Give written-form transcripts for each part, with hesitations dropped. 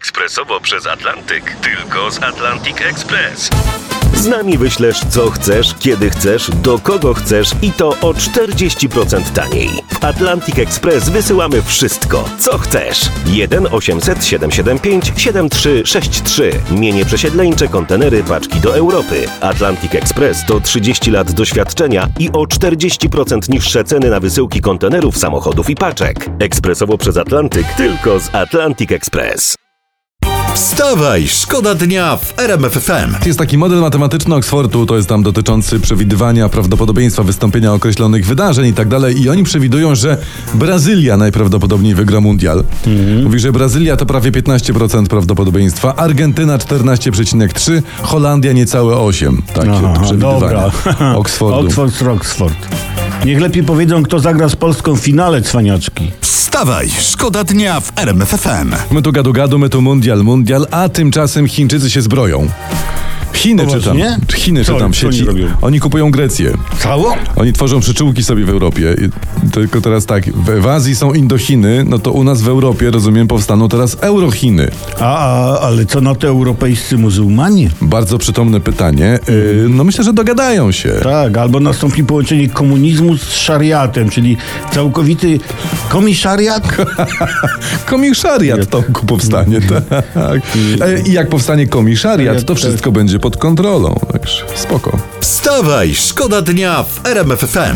ekspresowo przez Atlantyk. Tylko z Atlantic Express. Z nami wyślesz co chcesz, kiedy chcesz, do kogo chcesz i to o 40% taniej. W Atlantic Express wysyłamy wszystko, co chcesz. 1 800 775 7363. Mienie przesiedleńcze, kontenery, paczki do Europy. Atlantic Express to 30 lat doświadczenia i o 40% niższe ceny na wysyłki kontenerów, samochodów i paczek. Ekspresowo przez Atlantyk, tylko z Atlantic Express. Wstawaj, szkoda dnia w RMF FM. Jest taki model matematyczny Oxfordu, to jest tam dotyczący przewidywania prawdopodobieństwa wystąpienia określonych wydarzeń i tak dalej. I oni przewidują, że Brazylia najprawdopodobniej wygra mundial. Mówi, że Brazylia to prawie 15% prawdopodobieństwa, Argentyna 14,3%, Holandia niecałe 8%. Takie przewidywania Oxfordu. Oxford. Niech lepiej powiedzą, kto zagra z Polską w finale, cwaniaczki. Wstawaj, szkoda dnia w RMF FM. My tu gadu, my tu mundial, a tymczasem Chińczycy się zbroją. Chiny czytam w sieci. Oni kupują Grecję. Cało? Oni tworzą przyczółki sobie w Europie. Tylko teraz tak, w Azji są Indochiny, no to u nas w Europie, rozumiem, powstaną teraz Eurochiny. Ale co na to europejscy muzułmanie? Bardzo przytomne pytanie. No myślę, że dogadają się. Tak, albo nastąpi połączenie komunizmu z szariatem, czyli całkowity komisariat? Komisariat, Tomku, powstanie. Tak. I jak powstanie komisariat, to wszystko będzie pod kontrolą. Także spoko. Wstawaj, szkoda dnia w RMF FM.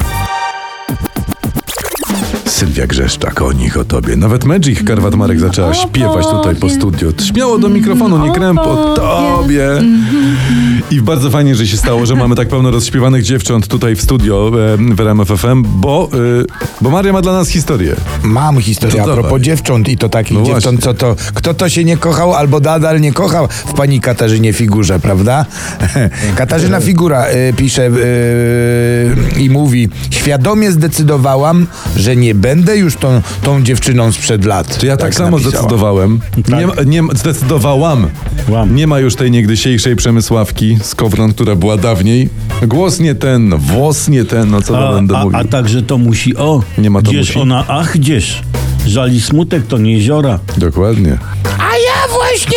Sylwia Grzeszczak, o nich, o tobie. Nawet Magic Karwat Marek zaczęła śpiewać tutaj po studiu. Śmiało do mikrofonu, nie kręp o tobie. I bardzo fajnie, że się stało, że mamy tak pełno rozśpiewanych dziewcząt tutaj w studio w RMF FM, bo Maria ma dla nas historię. Mam historię a propos dziewcząt i to takich dziewcząt, kto to się nie kochał albo nadal nie kochał w pani Katarzynie Figurze, prawda? Katarzyna Figura pisze i mówi: świadomie zdecydowałam, że nie będę już tą dziewczyną sprzed lat. To ja tak samo napisała. zdecydowałem. Tak. Zdecydowałam. Nie ma już tej niegdysiejszej Przemysławki z Kowron, która była dawniej. Głos nie ten, włos nie ten, no co to będę mówił. A także to musi Nie ma to gdzież musi. ona, gdzież. Żali smutek to nie jeziora. Dokładnie. A ja właśnie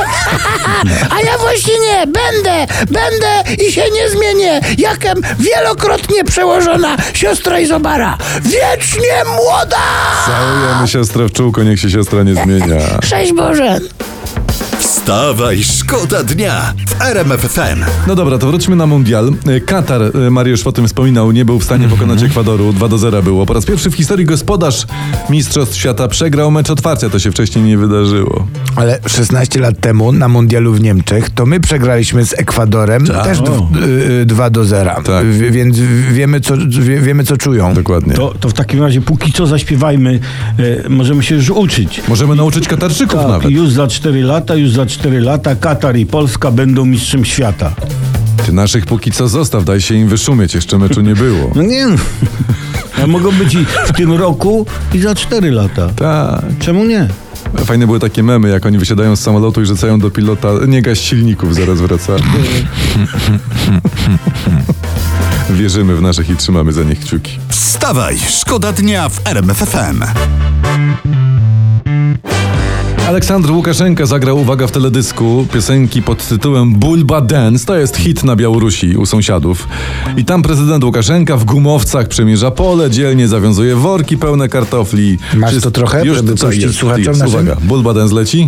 nie! Będę i się nie zmienię, jakem wielokrotnie przełożona siostra Izobara. Wiecznie młoda! Całujemy siostrę w czółko, niech się siostra nie zmienia. Szczęść Boże! Wstawaj, szkoda dnia w RMF FM. No dobra, to wróćmy na mundial. Katar, Mariusz o tym wspominał, nie był w stanie pokonać Ekwadoru. 2-0 było. Po raz pierwszy w historii gospodarz Mistrzostw Świata przegrał mecz otwarcia. To się wcześniej nie wydarzyło. Ale 16 lat temu na mundialu w Niemczech to my przegraliśmy z Ekwadorem też 2-0. Tak. Więc wiemy co czują. Dokładnie. To w takim razie póki co zaśpiewajmy, możemy się już uczyć. Możemy nauczyć Katarczyków nawet. Już za 4 lata Katar i Polska będą mistrzem świata. Ty naszych póki co zostaw, daj się im wyszumieć, jeszcze meczu nie było. No nie no. A mogą być i w tym roku i za 4 lata. Tak. Czemu nie? Fajne były takie memy, jak oni wysiadają z samolotu i rzucają do pilota: nie gaś silników, zaraz wracamy. Wierzymy w naszych i trzymamy za nich kciuki. Wstawaj, szkoda dnia w RMF FM. Aleksandr Łukaszenka zagrał, uwaga, w teledysku piosenki pod tytułem Bulba Dance. To jest hit na Białorusi u sąsiadów. I tam prezydent Łukaszenka w gumowcach przemierza pole, dzielnie zawiązuje worki pełne kartofli. Masz to trochę, już żeby puścić słuchaczom naszym? Uwaga, Bulba Dance leci.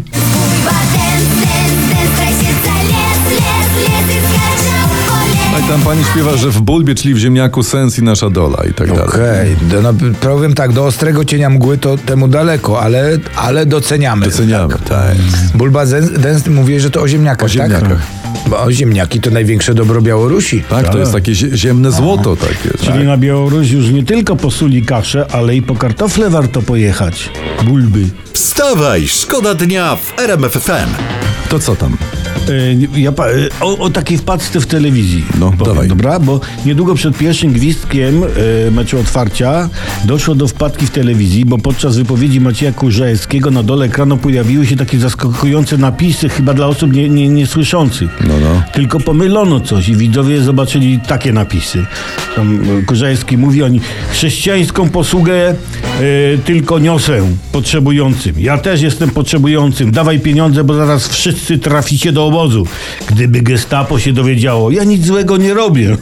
No i tam pani śpiewa, że w bulbie, czyli w ziemniaku, sens i nasza dola i tak dalej. Okej, no powiem tak, do ostrego cienia mgły to temu daleko, ale doceniamy. Doceniamy, tak. Bulba Dance mówię, że to o ziemniakach, O ziemniakach. tak? Bo ziemniaki to największe dobro Białorusi. Tak, to jest takie ziemne złoto takie. Czyli na Białoruś już nie tylko posuli kaszę, ale i po kartofle warto pojechać. Bulby. Wstawaj, szkoda dnia w RMF FM. To co tam? O takiej wpadce w telewizji. No, dawaj. Dobra, bo niedługo przed pierwszym gwizdkiem meczu otwarcia doszło do wpadki w telewizji, bo podczas wypowiedzi Macieja Kurzajewskiego na dole ekranu pojawiły się takie zaskakujące napisy, chyba dla osób niesłyszących. No. Tylko pomylono coś i widzowie zobaczyli takie napisy. Tam Kurzajewski mówi, oni chrześcijańską posługę tylko niosę potrzebującym. Ja też jestem potrzebującym. Dawaj pieniądze, bo zaraz wszyscy traficie do obozu. Gdyby gestapo się dowiedziało, ja nic złego nie robię.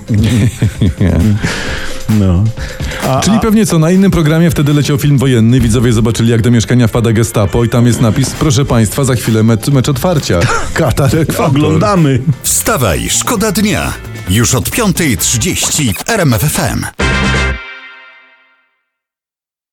No. Czyli pewnie co, na innym programie wtedy leciał film wojenny, widzowie zobaczyli, jak do mieszkania wpada gestapo i tam jest napis: proszę państwa, za chwilę mecz otwarcia. Katar Ekwator. Oglądamy. Wstawaj, szkoda dnia. Już od 5:30 w RMF FM.